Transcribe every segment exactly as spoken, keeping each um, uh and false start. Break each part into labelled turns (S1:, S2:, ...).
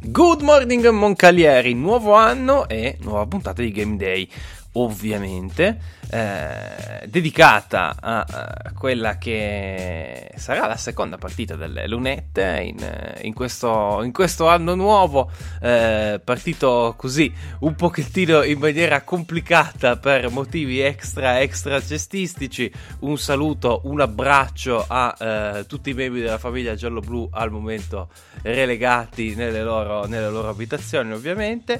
S1: Good morning Moncalieri, nuovo anno e nuova puntata di Game Day, ovviamente eh, dedicata a, a quella che sarà la seconda partita delle lunette in, in, questo, in questo anno nuovo, eh, partito così un pochettino in maniera complicata per motivi extra extra cestistici. Un saluto, un abbraccio a eh, tutti i membri della famiglia giallo-blu al momento relegati nelle loro, nelle loro abitazioni, ovviamente,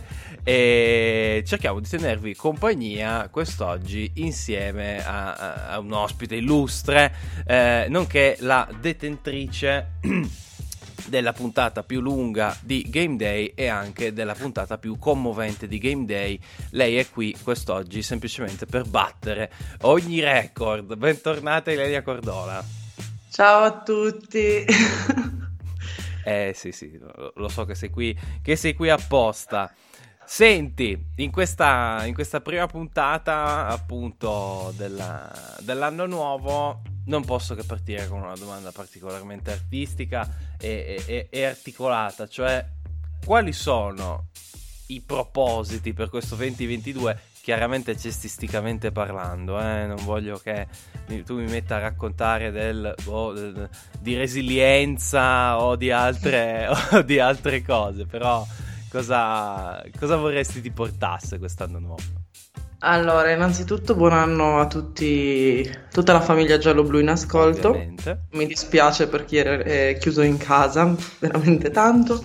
S1: e cerchiamo di tenervi compagnia quest'oggi insieme a, a, a un ospite illustre, eh, nonché la detentrice della puntata più lunga di Game Day e anche della puntata più commovente di Game Day. Lei è qui quest'oggi semplicemente per battere ogni record. Bentornata Ilenia Cordola.
S2: Ciao a tutti.
S1: Eh sì sì, lo so che sei qui, che sei qui apposta. Senti, in questa, in questa prima puntata appunto della, dell'anno nuovo non posso che partire con una domanda particolarmente artistica e, e, e articolata, cioè quali sono i propositi per questo duemilaventidue, chiaramente cestisticamente parlando, eh? Non voglio che tu mi metta a raccontare del, oh, del, di resilienza o di altre, o di altre cose, però cosa, cosa vorresti ti portasse quest'anno nuovo?
S2: Allora, innanzitutto buon anno a tutti, tutta la famiglia giallo-blu in ascolto.
S1: Ovviamente.
S2: Mi dispiace per chi è chiuso in casa, veramente tanto.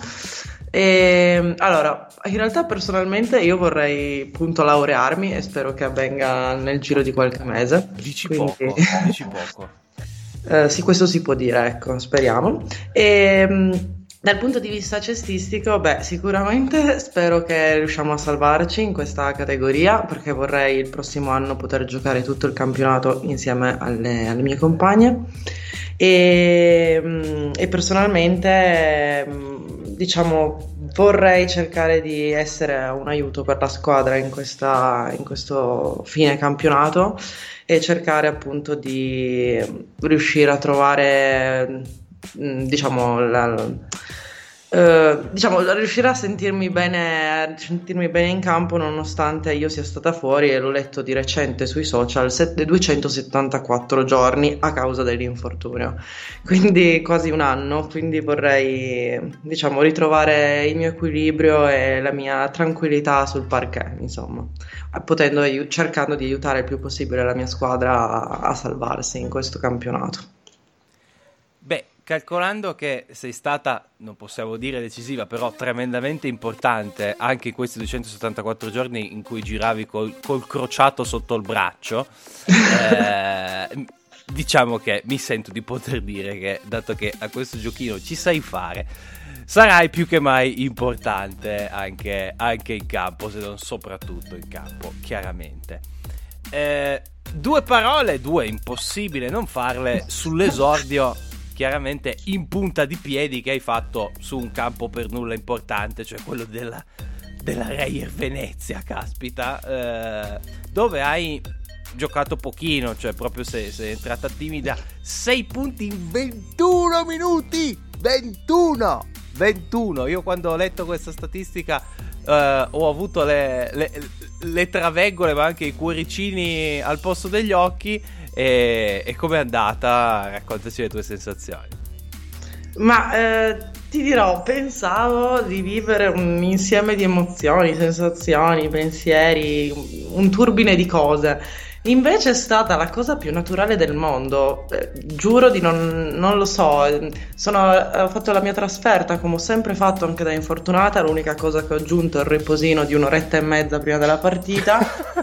S2: E, allora, in realtà personalmente io vorrei appunto laurearmi e spero che avvenga nel giro di qualche mese.
S1: Dici
S2: Quindi...
S1: poco, dici poco.
S2: Eh, sì, questo si può dire, ecco, speriamo. E mh, dal punto di vista cestistico, beh, sicuramente spero che riusciamo a salvarci in questa categoria, perché vorrei il prossimo anno poter giocare tutto il campionato insieme alle, alle mie compagne. E, mh, e personalmente, mh, diciamo, vorrei cercare di essere un aiuto per la squadra in questa, in questo fine campionato e cercare appunto di riuscire a trovare, mh, diciamo, la, eh, diciamo, riuscire a sentirmi bene, a sentirmi bene in campo nonostante io sia stata fuori, e l'ho letto di recente sui social, set- duecentosettantaquattro giorni a causa dell'infortunio, quindi quasi un anno, quindi vorrei, diciamo, ritrovare il mio equilibrio e la mia tranquillità sul parquet, insomma, potendo aiu- cercando di aiutare il più possibile la mia squadra a, a salvarsi in questo campionato.
S1: Beh, calcolando che sei stata, non possiamo dire decisiva, però tremendamente importante anche in questi duecentosettantaquattro giorni in cui giravi col, col crociato sotto il braccio, eh, diciamo che mi sento di poter dire che, dato che a questo giochino ci sai fare, sarai più che mai importante anche, anche in campo, se non soprattutto in campo, chiaramente. Eh, due parole, due, impossibile non farle, sull'esordio chiaramente in punta di piedi che hai fatto su un campo per nulla importante, cioè quello della, della Reyer Venezia, caspita, eh, dove hai giocato pochino, cioè proprio sei, sei entrata timida. Sei punti in ventuno minuti, ventuno ventuno. Io quando ho letto questa statistica eh, ho avuto le, le, le traveggole ma anche i cuoricini al posto degli occhi. E, e com'è andata? Raccontaci le tue sensazioni.
S2: Ma eh, ti dirò, pensavo di vivere un insieme di emozioni, sensazioni, pensieri, un turbine di cose. Invece è stata la cosa più naturale del mondo. Eh, giuro di non, non lo so. Sono, ho fatto la mia trasferta come ho sempre fatto anche da infortunata. L'unica cosa che ho aggiunto è il riposino di un'oretta e mezza prima della partita.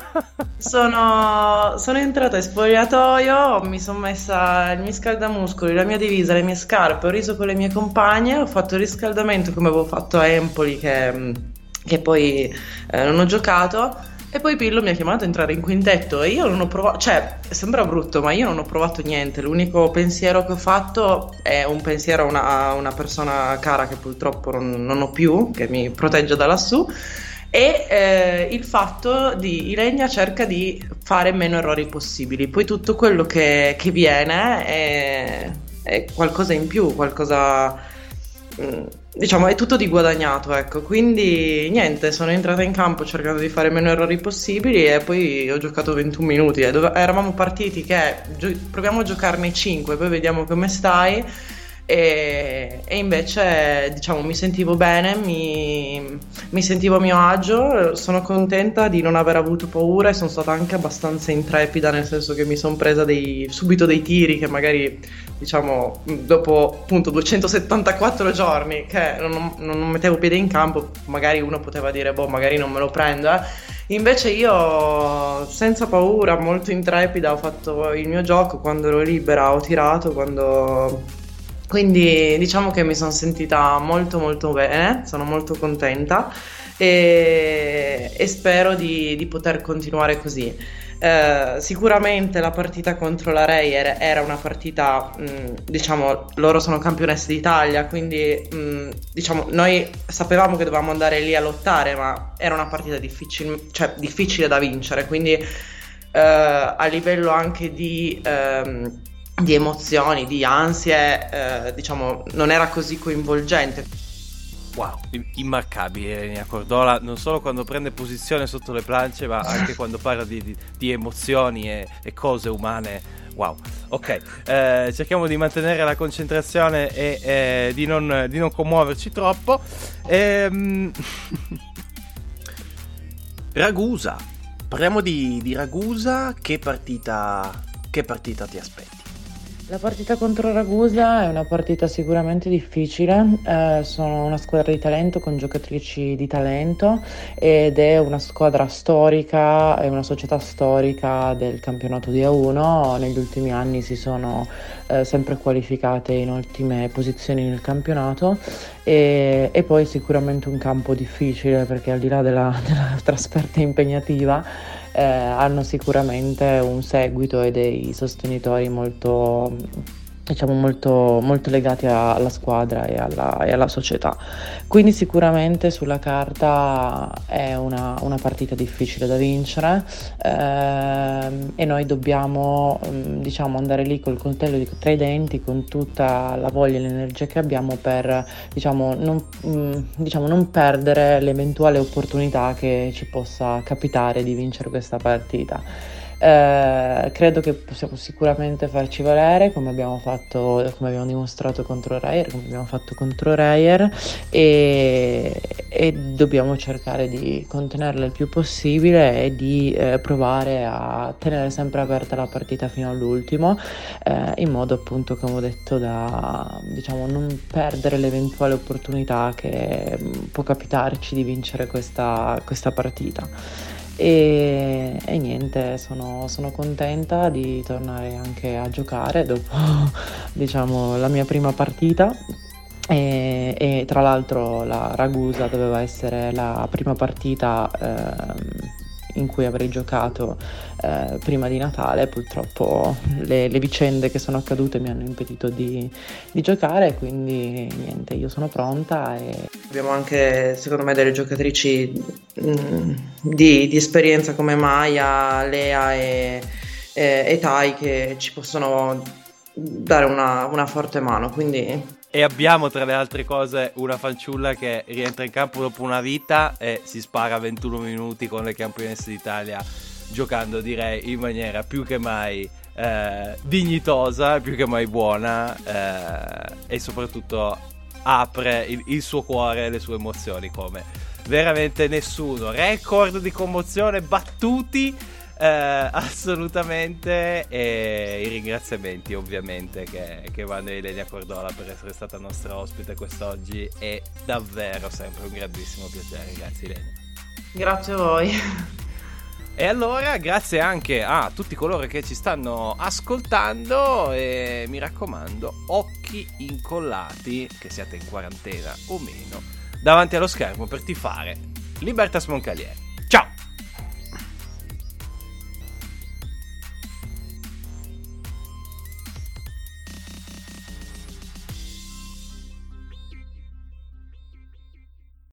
S2: Sono, sono entrata in spogliatoio, mi sono messa il mio scaldamuscoli, la mia divisa, le mie scarpe, ho riso con le mie compagne, ho fatto il riscaldamento come avevo fatto a Empoli che, che poi eh, non ho giocato. E poi Pillo mi ha chiamato a entrare in quintetto e io non ho provato, cioè sembra brutto ma io non ho provato niente, l'unico pensiero che ho fatto è un pensiero a una, a una persona cara che purtroppo non, non ho più, che mi protegge da lassù, e eh, il fatto di Ilenia cerca di fare meno errori possibili, poi tutto quello che, che viene è, è qualcosa in più, qualcosa mh, diciamo è tutto di guadagnato, ecco, quindi niente, sono entrata in campo cercando di fare meno errori possibili e poi ho giocato ventuno minuti, e dove- eravamo partiti che gio- proviamo a giocarne cinque, poi vediamo come stai. E, e invece diciamo mi sentivo bene, mi, mi sentivo a mio agio, sono contenta di non aver avuto paura e sono stata anche abbastanza intrepida, nel senso che mi sono presa dei, subito dei tiri che magari diciamo dopo appunto duecentosettantaquattro giorni che non, non mettevo piede in campo, magari uno poteva dire boh, magari non me lo prendo, eh. Invece io senza paura, molto intrepida, ho fatto il mio gioco, quando ero libera ho tirato, quando... Quindi diciamo che mi sono sentita molto molto bene, sono molto contenta e, e spero di, di poter continuare così. Eh, sicuramente la partita contro la Reyer era una partita, mh, diciamo, loro sono campionesse d'Italia, quindi mh, diciamo, noi sapevamo che dovevamo andare lì a lottare, ma era una partita difficile, cioè, difficile da vincere, quindi eh, a livello anche di... ehm, di emozioni, di ansie, eh, diciamo, non era così coinvolgente.
S1: Wow, immarcabile Elenia Cordola, non solo quando prende posizione sotto le planche, ma anche quando parla di, di, di emozioni e, e cose umane. Wow, ok, eh, cerchiamo di mantenere la concentrazione e eh, di, non, di non commuoverci troppo. Ehm... Ragusa, parliamo di, di Ragusa, che partita, che partita ti aspetti?
S3: La partita contro Ragusa è una partita sicuramente difficile, eh, sono una squadra di talento con giocatrici di talento ed è una squadra storica, è una società storica del campionato di A uno, negli ultimi anni si sono eh, sempre qualificate in ottime posizioni nel campionato e, e poi sicuramente un campo difficile perché al di là della, della trasferta impegnativa Eh, hanno sicuramente un seguito e dei sostenitori molto, diciamo, molto, molto legati a- alla squadra e alla, e alla società. Quindi sicuramente sulla carta è una, una partita difficile da vincere, ehm, e noi dobbiamo, mm, diciamo, andare lì col coltello di- tra i denti con tutta la voglia e l'energia che abbiamo per, diciamo, non, mm, diciamo, non perdere l'eventuale opportunità che ci possa capitare di vincere questa partita. Eh, credo che possiamo sicuramente farci valere come abbiamo fatto, come abbiamo dimostrato contro Reyer, come abbiamo fatto contro Reyer e, e dobbiamo cercare di contenerla il più possibile e di eh, provare a tenere sempre aperta la partita fino all'ultimo, eh, in modo appunto, come ho detto, da, diciamo, non perdere l'eventuale opportunità che mm, può capitarci di vincere questa, questa partita. E, e niente, sono, sono contenta di tornare anche a giocare dopo, diciamo, la mia prima partita. E, e tra l'altro la Ragusa doveva essere la prima partita ehm, in cui avrei giocato eh, prima di Natale. Purtroppo le, le vicende che sono accadute mi hanno impedito di, di giocare, quindi niente, io sono pronta e
S2: Abbiamo anche, secondo me, delle giocatrici mh, di, di esperienza come Maya, Lea e, e, e Tai che ci possono dare una, una forte mano, quindi
S1: E abbiamo tra le altre cose una fanciulla che rientra in campo dopo una vita e si spara ventuno minuti con le campionesse d'Italia, giocando direi in maniera più che mai eh, dignitosa, più che mai buona, eh, e soprattutto apre il, il suo cuore e le sue emozioni come veramente nessuno. Record di commozione battuti eh, assolutamente, e i ringraziamenti ovviamente che, che vanno a Elenia Cordola per essere stata nostra ospite quest'oggi. È davvero sempre un grandissimo piacere. Grazie Elenia.
S2: grazie a voi.
S1: E allora grazie anche a tutti coloro che ci stanno ascoltando e mi raccomando, occhi incollati, che siate in quarantena o meno, davanti allo schermo per tifare Libertas Moncalieri.